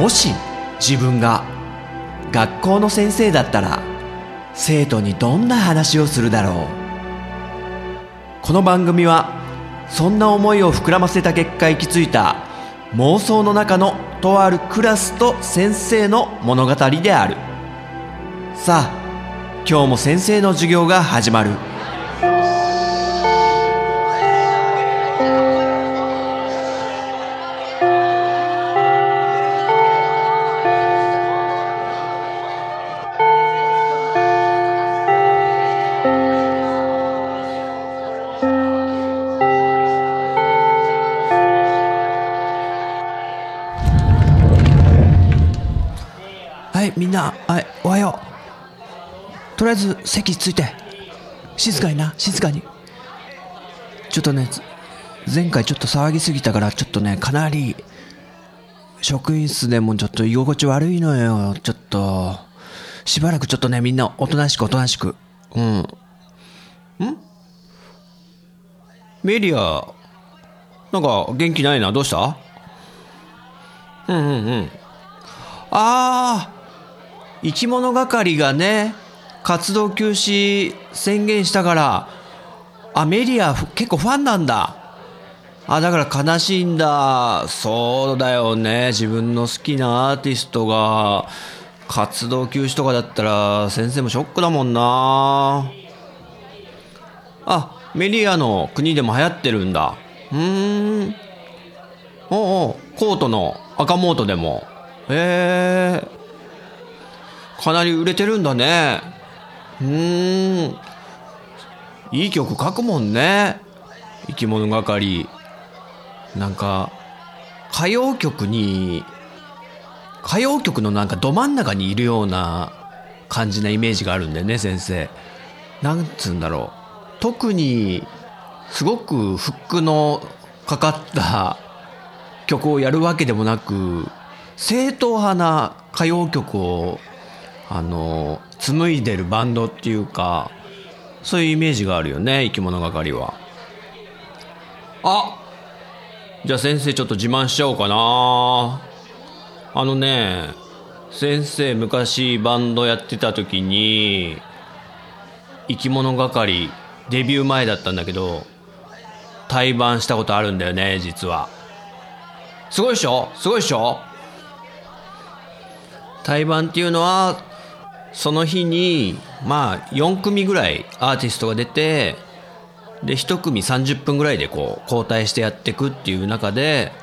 もし自分が学校の先生だったら生徒にどんな話をするだろう。この番組はそんな思いを膨らませた結果行き着いた妄想の中のとあるクラスと先生の物語である。さあ今日も先生の授業が始まる。はい、みんな、はい、おはよう。とりあえず席ついて、静かにな、静かに。ちょっとね、前回ちょっと騒ぎすぎたからちょっとね、かなり職員室でもちょっと居心地悪いのよ。ちょっとしばらくちょっとね、みんなおとなしくおとなしく。メリアなんか元気ないな。どうした？生き物係がね活動休止宣言したから、メリア結構ファンなんだ。だから悲しいんだ。そうだよね、自分の好きなアーティストが活動休止とかだったら先生もショックだもんな。メリアの国でも流行ってるんだ。コートの赤モートでもかなり売れてるんだね。いい曲書くもんね、生き物係。なんか歌謡曲のなんかど真ん中にいるような感じなイメージがあるんだよね、先生。なんつうんだろう、特にすごくフックのかかった曲をやるわけでもなく、正統派な歌謡曲を紡いでるバンドっていうか、そういうイメージがあるよね、生き物係は。じゃあ先生ちょっと自慢しちゃおうかな。先生昔バンドやってた時に生き物係デビュー前だったんだけど対バンしたことあるんだよね、実は。すごいっしょ。対バンっていうのはその日に4組ぐらいアーティストが出て、で1組30分ぐらいでこう交代してやっていくっていう中で、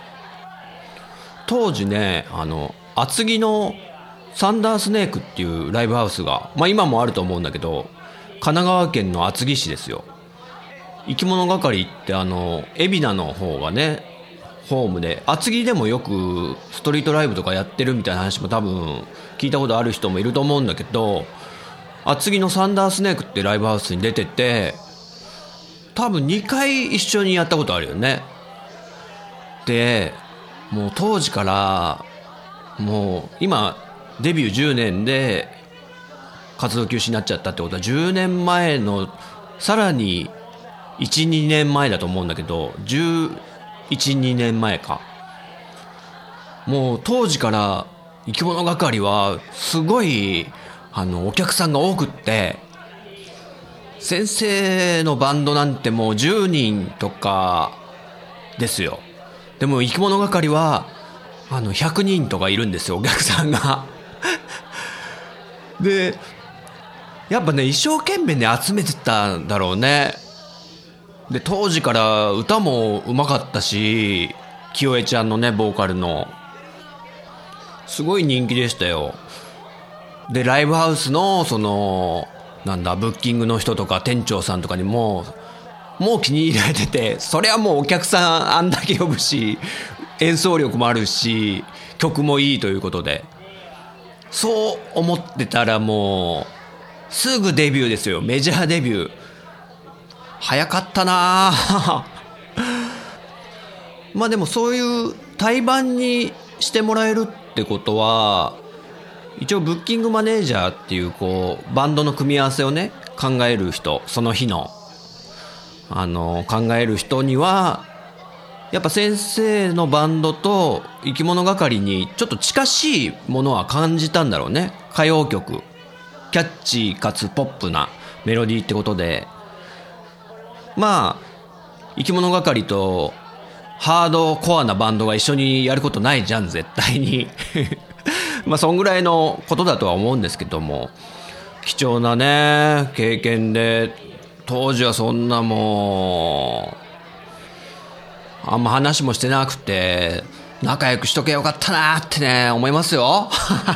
当時ね厚木のサンダースネークっていうライブハウスが、今もあると思うんだけど、神奈川県の厚木市ですよ。生き物係って海老名の方がねホームで、厚木でもよくストリートライブとかやってるみたいな話も多分聞いたことある人もいると思うんだけど、厚木のサンダースネークってライブハウスに出てて、多分2回一緒にやったことあるよね。でもう当時からもう今デビュー10年で活動休止になっちゃったってことは10年前のさらに 1,2 年前だと思うんだけど、11、2年前か。もう当時から生き物係はすごいお客さんが多くって、先生のバンドなんてもう10人とかですよ。でも生き物係は100人とかいるんですよ、お客さんがでやっぱね一生懸命ね集めてたんだろうね。で当時から歌もうまかったし、清江ちゃんのねボーカルのすごい人気でしたよ。でライブハウスのブッキングの人とか店長さんとかにもう気に入られてて、それはもうお客さんあんだけ呼ぶし演奏力もあるし曲もいいということで、そう思ってたらもうすぐデビューですよ。メジャーデビュー早かったなでもそういう対バンにしてもらえるってことは、一応ブッキングマネージャーっていうバンドの組み合わせをね考える人、その日の考える人にはやっぱ先生のバンドと生き物係にちょっと近しいものは感じたんだろうね。歌謡曲、キャッチーかつポップなメロディーってことで、まあ生き物係とハードコアなバンドが一緒にやることないじゃん絶対にまあそんぐらいのことだとは思うんですけども、貴重なね経験で、当時はそんなもうあんま話もしてなくて、仲良くしとけよかったなってね思いますよ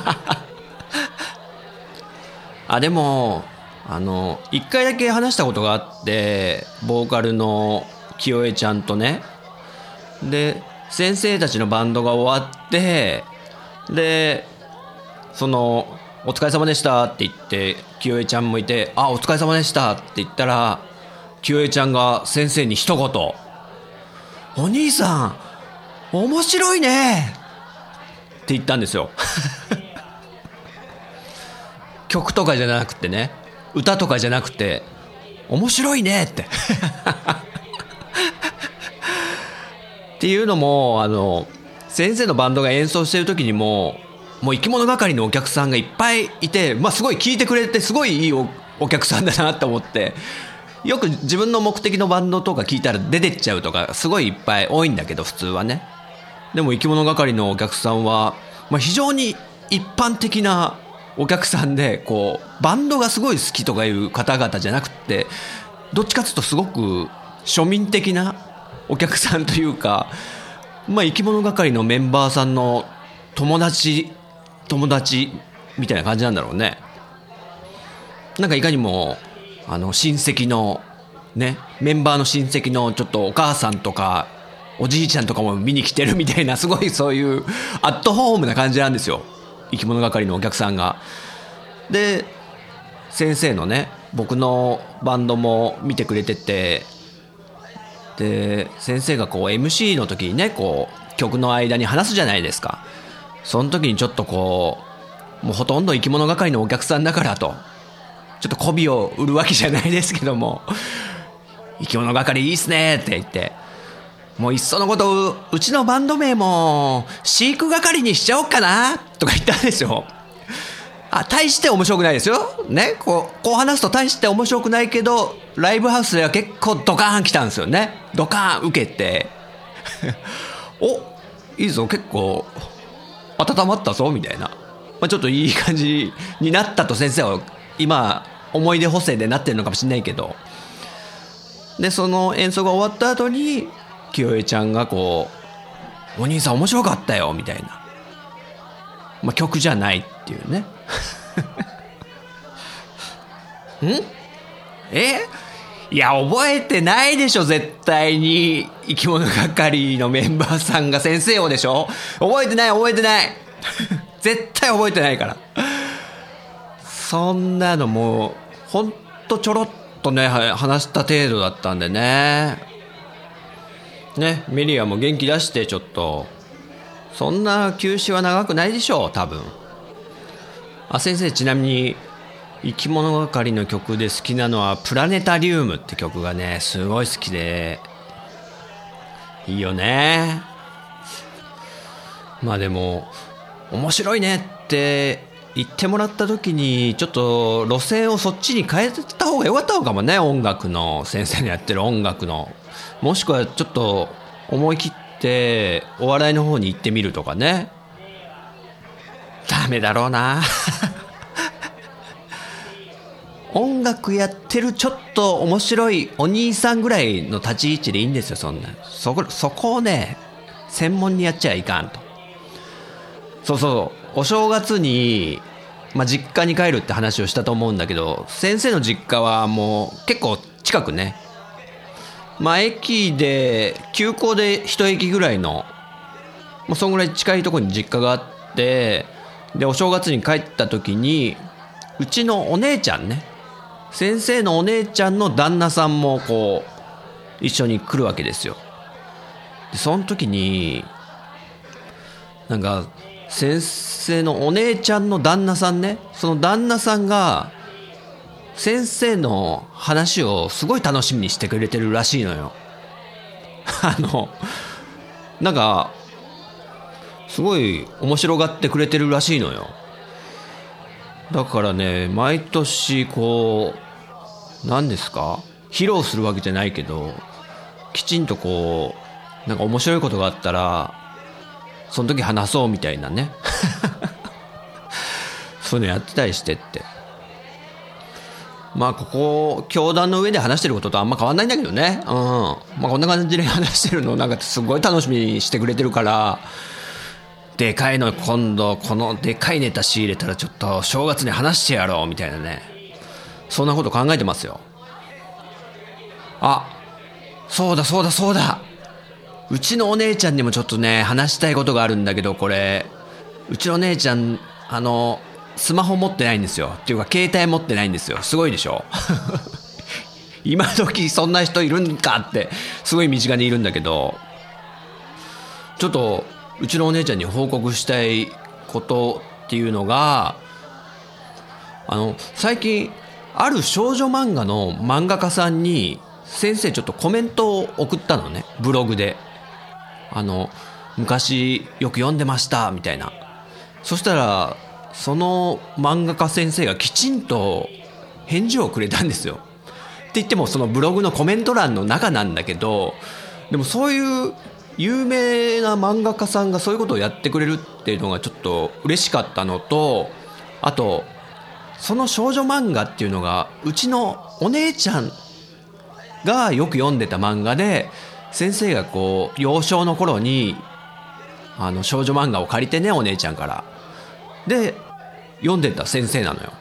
あ、でも一回だけ話したことがあって、ボーカルの清江ちゃんとね。で先生たちのバンドが終わって、でそのお疲れ様でしたって言って清江ちゃんもいて、あ、お疲れ様でしたって言ったら、清江ちゃんが先生に一言、お兄さん面白いねって言ったんですよ曲とかじゃなくてね、歌とかじゃなくて、面白いねってっていうのも、先生のバンドが演奏してる時にもう生き物係のお客さんがいっぱいいて、まあ、すごい聞いてくれて、すごいいい お客さんだなと思って、よく自分の目的のバンドとか聞いたら出てっちゃうとかすごいいっぱい多いんだけど、普通はね。でも生き物係のお客さんは、まあ、非常に一般的なお客さんで、こうバンドがすごい好きとかいう方々じゃなくて、どっちかというとすごく庶民的なお客さんというか、まあ、生き物係のメンバーさんの友達みたいな感じなんだろうね。なんかいかにも親戚のね、メンバーの親戚のちょっとお母さんとかおじいちゃんとかも見に来てるみたいな、すごいそういうアットホームな感じなんですよ、生き物係のお客さんが。で先生のね、僕のバンドも見てくれてて、で先生がこう MC の時にね、こう曲の間に話すじゃないですか。その時にちょっとこう、もうほとんど生き物係のお客さんだからと、ちょっと媚びを売るわけじゃないですけども、生き物係いいっすねって言って、もういっそのことうちのバンド名も飼育係にしちゃおうかなとか言ったんですよ。大して面白くないですよね。こう話すと大して面白くないけど、ライブハウスでは結構ドカーン来たんですよね。ドカーン受けてお、いいぞ、結構温まったぞみたいな、まあ、ちょっといい感じになったと先生は今思い出補正でなってるのかもしれないけど、でその演奏が終わった後に清江ちゃんがこう、お兄さん面白かったよみたいな、まあ、曲じゃないっていうねいや覚えてないでしょ絶対に。生き物係のメンバーさんが先生をでしょ。覚えてない絶対覚えてないから。そんなのもうほんとちょろっとね話した程度だったんでね。メリアも元気出して、ちょっとそんな休止は長くないでしょう多分。先生ちなみに生き物係の曲で好きなのはプラネタリウムって曲がねすごい好きで、いいよね。まあでも面白いねって言ってもらった時に、ちょっと路線をそっちに変えた方が良かったのかもね。音楽の先生のやってる音楽の、もしくはちょっと思い切ってお笑いの方に行ってみるとかね。ダメだろうな音楽やってるちょっと面白いお兄さんぐらいの立ち位置でいいんですよ。そんなそこをね専門にやっちゃいかんと。そうお正月に、実家に帰るって話をしたと思うんだけど、先生の実家はもう結構近くね、駅で急行で一駅ぐらいの、そんぐらい近いところに実家があって、でお正月に帰った時にうちのお姉ちゃんね、先生のお姉ちゃんの旦那さんもこう一緒に来るわけですよ。でその時になんか先生のお姉ちゃんの旦那さんね、その旦那さんが先生の話をすごい楽しみにしてくれてるらしいのよなんかすごい面白がってくれてるらしいのよ。だからね、毎年こう何ですか、披露するわけじゃないけど、きちんとこうなんか面白いことがあったらその時話そうみたいなねそういうのやってたりしてって、まあここ教壇の上で話してることとあんま変わんないんだけどね。まあこんな感じで話してるのなんかすごい楽しみにしてくれてるから、でかいの今度このでかいネタ仕入れたらちょっと正月に話してやろうみたいなね、そんなこと考えてますよ。あ、そうだそうだそうだ、うちのお姉ちゃんにもちょっとね話したいことがあるんだけど、これうちの姉ちゃんスマホ持ってないんですよ。っていうか携帯持ってないんですよ。すごいでしょ今時そんな人いるんかってすごい身近にいるんだけど、ちょっとうちのお姉ちゃんに報告したいことっていうのが、最近ある少女漫画の漫画家さんに先生ちょっとコメントを送ったのね、ブログで。昔よく読んでましたみたいな。そしたらその漫画家先生がきちんと返事をくれたんですよ。って言ってもそのブログのコメント欄の中なんだけど、でもそういう有名な漫画家さんがそういうことをやってくれるっていうのがちょっと嬉しかったのと、あとその少女漫画っていうのがうちのお姉ちゃんがよく読んでた漫画で、先生がこう幼少の頃に少女漫画を借りてね、お姉ちゃんからで読んでた先生なのよ。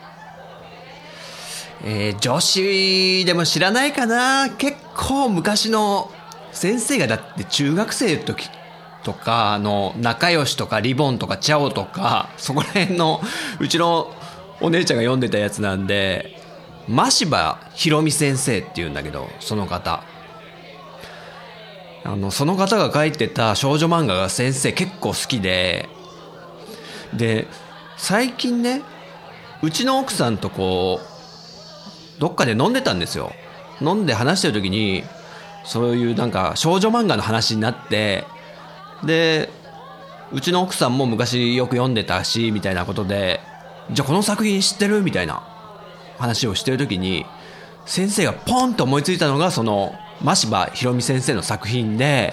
女子でも知らないかな。結構昔の先生が、だって中学生の時とか仲良しとかリボンとかチャオとかそこら辺のうちのお姉ちゃんが読んでたやつなんで、真柴ひろみ先生っていうんだけど、その方その方が書いてた少女漫画が先生結構好きで、最近ね、うちの奥さんとこうどっかで飲んでたんですよ。飲んで話してる時にそういうなんか少女漫画の話になって、でうちの奥さんも昔よく読んでたしみたいなことで、じゃあこの作品知ってるみたいな話をしてる時に、先生がポンと思いついたのがその真柴ひろみ先生の作品で、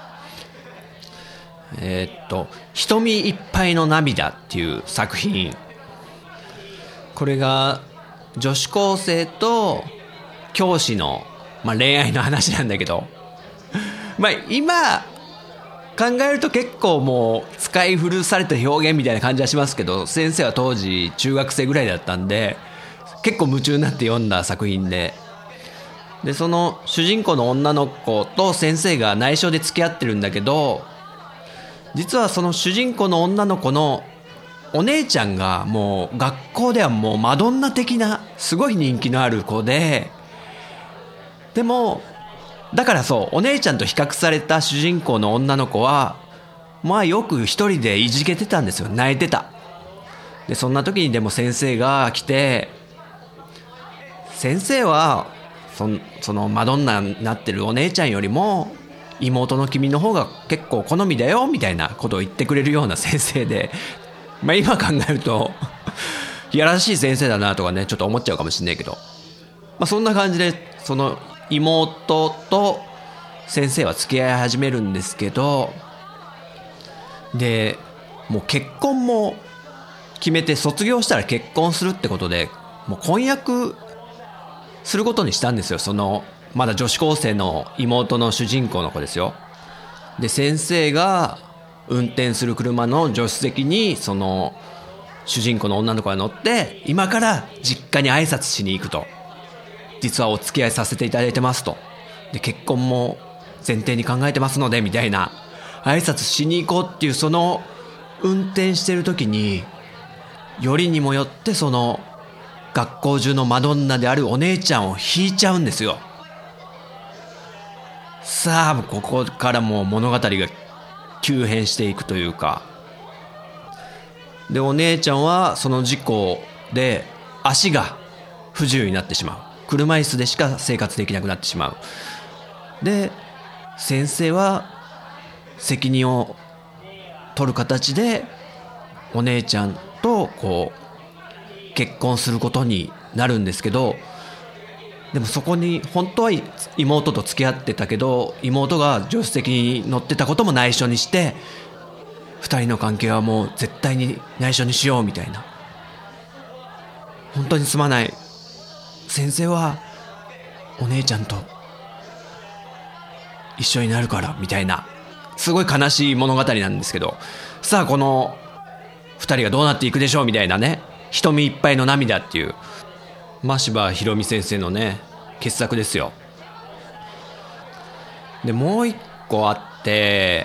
瞳いっぱいの涙っていう作品。これが女子高生と教師の、恋愛の話なんだけど今考えると結構もう使い古された表現みたいな感じはしますけど、先生は当時中学生ぐらいだったんで結構夢中になって読んだ作品で、その主人公の女の子と先生が内緒で付き合ってるんだけど、実はその主人公の女の子のお姉ちゃんがもう学校ではもうマドンナ的なすごい人気のある子で、でもだからそうお姉ちゃんと比較された主人公の女の子はよく一人でいじけてたんですよ。泣いてた。でそんな時にでも先生が来て、先生はそのマドンナになってるお姉ちゃんよりも妹の君の方が結構好みだよみたいなことを言ってくれるような先生で、今考えるといやらしい先生だなとかねちょっと思っちゃうかもしれないけど、そんな感じでその妹と先生は付き合い始めるんですけど、でもう結婚も決めて卒業したら結婚するってことでもう婚約することにしたんですよ。そのまだ女子高生の妹の主人公の子ですよ。で先生が運転する車の助手席にその主人公の女の子が乗って、今から実家に挨拶しに行くと、実はお付き合いさせていただいてますと、で結婚も前提に考えてますのでみたいな挨拶しに行こうっていう、その運転してる時によりにもよってその学校中のマドンナであるお姉ちゃんを引いちゃうんですよ。さあここからもう物語が急変していくというか、でお姉ちゃんはその事故で足が不自由になってしまう。車椅子でしか生活できなくなってしまう。で先生は責任を取る形でお姉ちゃんとこう結婚することになるんですけど、でもそこに本当は妹と付き合ってたけど、妹が助手席に乗ってたことも内緒にして、2人の関係はもう絶対に内緒にしようみたいな。本当にすまない、先生はお姉ちゃんと一緒になるからみたいな、すごい悲しい物語なんですけど、さあこの2人がどうなっていくでしょうみたいなね、瞳いっぱいの涙っていう真柴ひろみ先生のね傑作ですよ。でもう一個あって、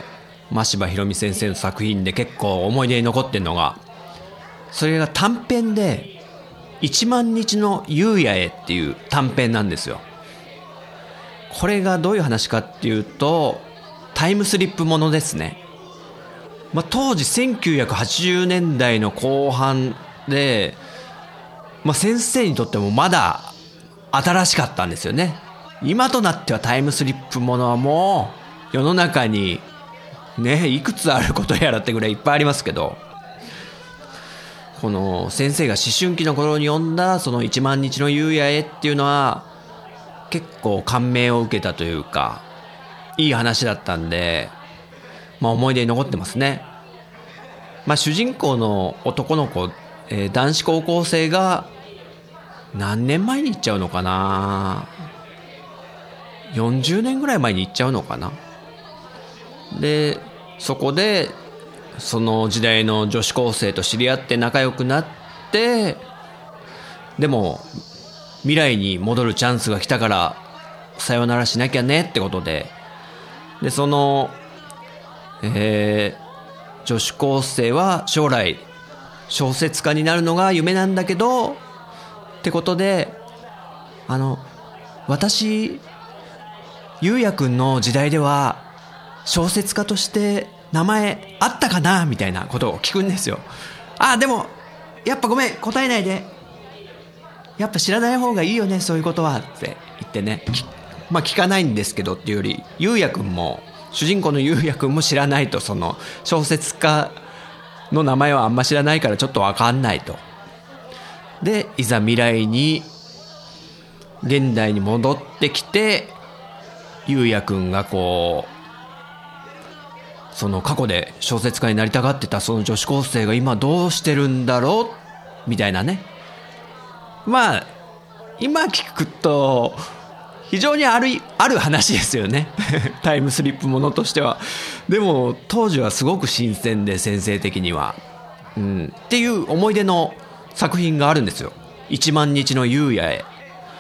真柴ひろみ先生の作品で結構思い出に残ってるのが、それが短編で1万日の夕夜へっていう短編なんですよ。これがどういう話かっていうと、タイムスリップものですね。当時1980年代の後半で、先生にとってもまだ新しかったんですよね。今となってはタイムスリップものはもう世の中にね、いくつあることやらってぐらいいっぱいありますけど、この先生が思春期の頃に読んだその1万日の夕夜へっていうのは結構感銘を受けたというか、いい話だったんで、思い出に残ってますね。主人公の男の子、男子高校生が何年前に行っちゃうのかな、40年ぐらい前に行っちゃうのかな。でそこでその時代の女子高生と知り合って仲良くなって、でも未来に戻るチャンスが来たからさよならしなきゃねってことで、その、女子高生は将来小説家になるのが夢なんだけどってことで、私ゆうやくんの時代では小説家として名前あったかなみたいなことを聞くんですよ。でもやっぱごめん、答えないで、やっぱ知らない方がいいよねそういうことはって言ってね、聞かないんですけどっていうより、ゆうやくんも主人公のゆうやくんも知らないと、その小説家の名前はあんま知らないからちょっと分かんないと。でいざ未来に現代に戻ってきて、ゆうやくんがこうその過去で小説家になりたがってたその女子高生が今どうしてるんだろうみたいなね。今聞くと非常にある話ですよねタイムスリップものとしては。でも当時はすごく新鮮で、先生的には、っていう思い出の作品があるんですよ。1万日の夕夜へ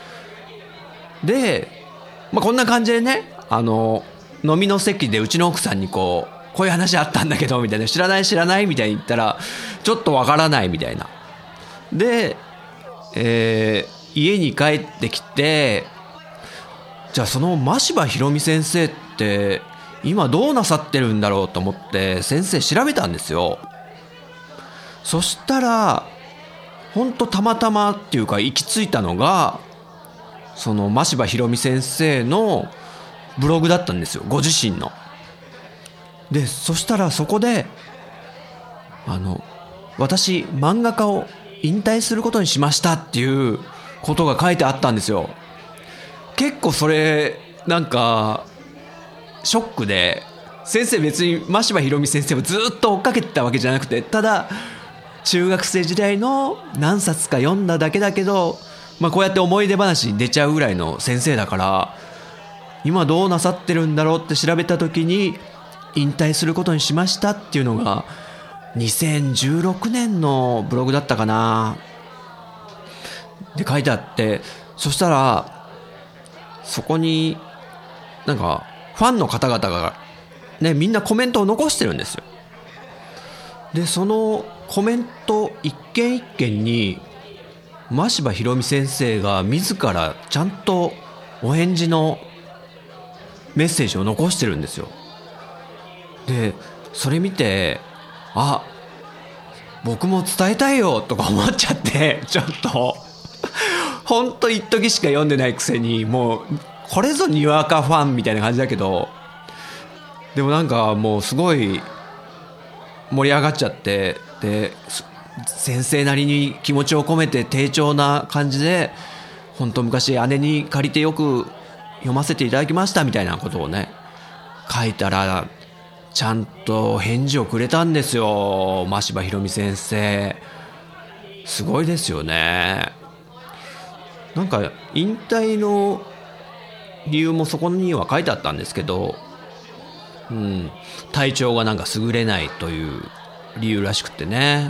で、こんな感じでね、飲みの席でうちの奥さんにこういう話あったんだけどみたいな、知らないみたいに言ったらちょっとわからないみたいなで、家に帰ってきて、じゃあその真柴ひろみ先生って今どうなさってるんだろうと思って先生調べたんですよ。そしたら本当たまたまっていうか行き着いたのが、その真柴ひろみ先生のブログだったんですよ、ご自身の。でそしたらそこで私漫画家を引退することにしましたっていうことが書いてあったんですよ。結構それなんかショックで、先生別に真柴ひろみ先生をずっと追っかけてたわけじゃなくて、ただ中学生時代の何冊か読んだだけだけど、こうやって思い出話に出ちゃうぐらいの先生だから、今どうなさってるんだろうって調べた時に引退することにしましたっていうのが2016年のブログだったかなで書いてあって、そしたらそこになんかファンの方々がね、みんなコメントを残してるんですよ。でそのコメント一件一件に真柴ひろみ先生が自らちゃんとお返事のメッセージを残してるんですよ。でそれ見て、僕も伝えたいよとか思っちゃって、ちょっとほんと一時しか読んでないくせに、もうこれぞにわかファンみたいな感じだけど、 でもなんかもうすごい盛り上がっちゃって、で先生なりに気持ちを込めて丁重な感じで、本当昔姉に借りてよく読ませていただきましたみたいなことをね書いたら、ちゃんと返事をくれたんですよ、真柴ひろみ先生。すごいですよね。なんか引退の理由もそこには書いてあったんですけど、体調がなんか優れないという理由らしくてね。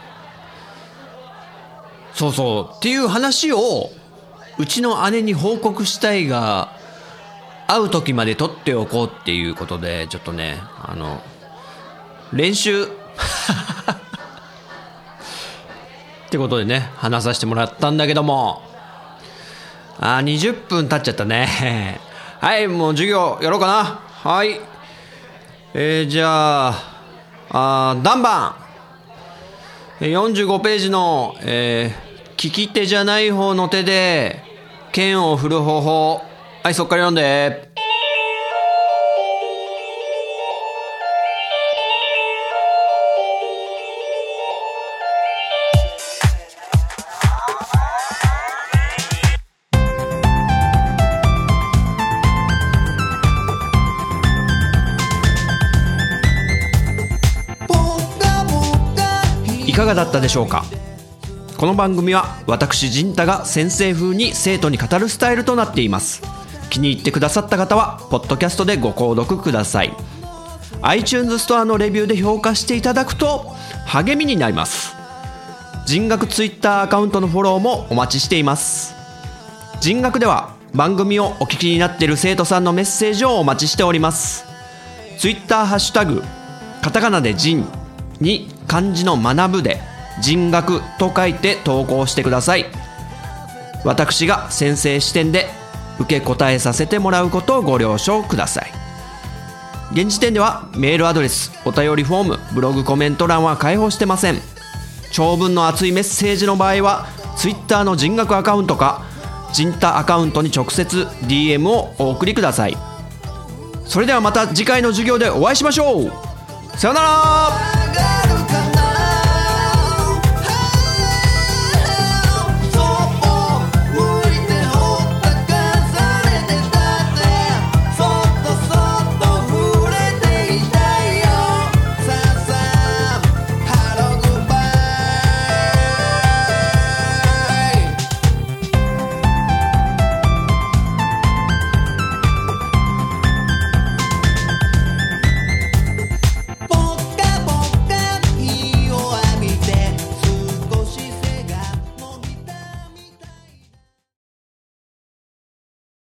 そうそうっていう話をうちの姉に報告したいが、会う時まで撮っておこうっていうことで、ちょっとね練習ってことでね話させてもらったんだけども、20分経っちゃったね。はい、もう授業やろうかな。はい、じゃあダンバン45ページの、利き手じゃない方の手で剣を振る方法。はい、そっから読んで。いかがだったでしょうか。この番組は私陣太が先生風に生徒に語るスタイルとなっています。気に入ってくださった方はポッドキャストでご購読ください。 iTunes ストアのレビューで評価していただくと励みになります。陣学 Twitter アカウントのフォローもお待ちしています。陣学では番組をお聞きになっている生徒さんのメッセージをお待ちしております。 Twitter ハッシュタグカタカナで陣に漢字の学ぶで陣学と書いて投稿してください。私が先生視点で受け答えさせてもらうことをご了承ください。現時点ではメールアドレス、お便りフォーム、ブログコメント欄は開放してません。長文の熱いメッセージの場合は Twitter の陣学アカウントか陣太アカウントに直接 DM をお送りください。それではまた次回の授業でお会いしましょう。さよなら。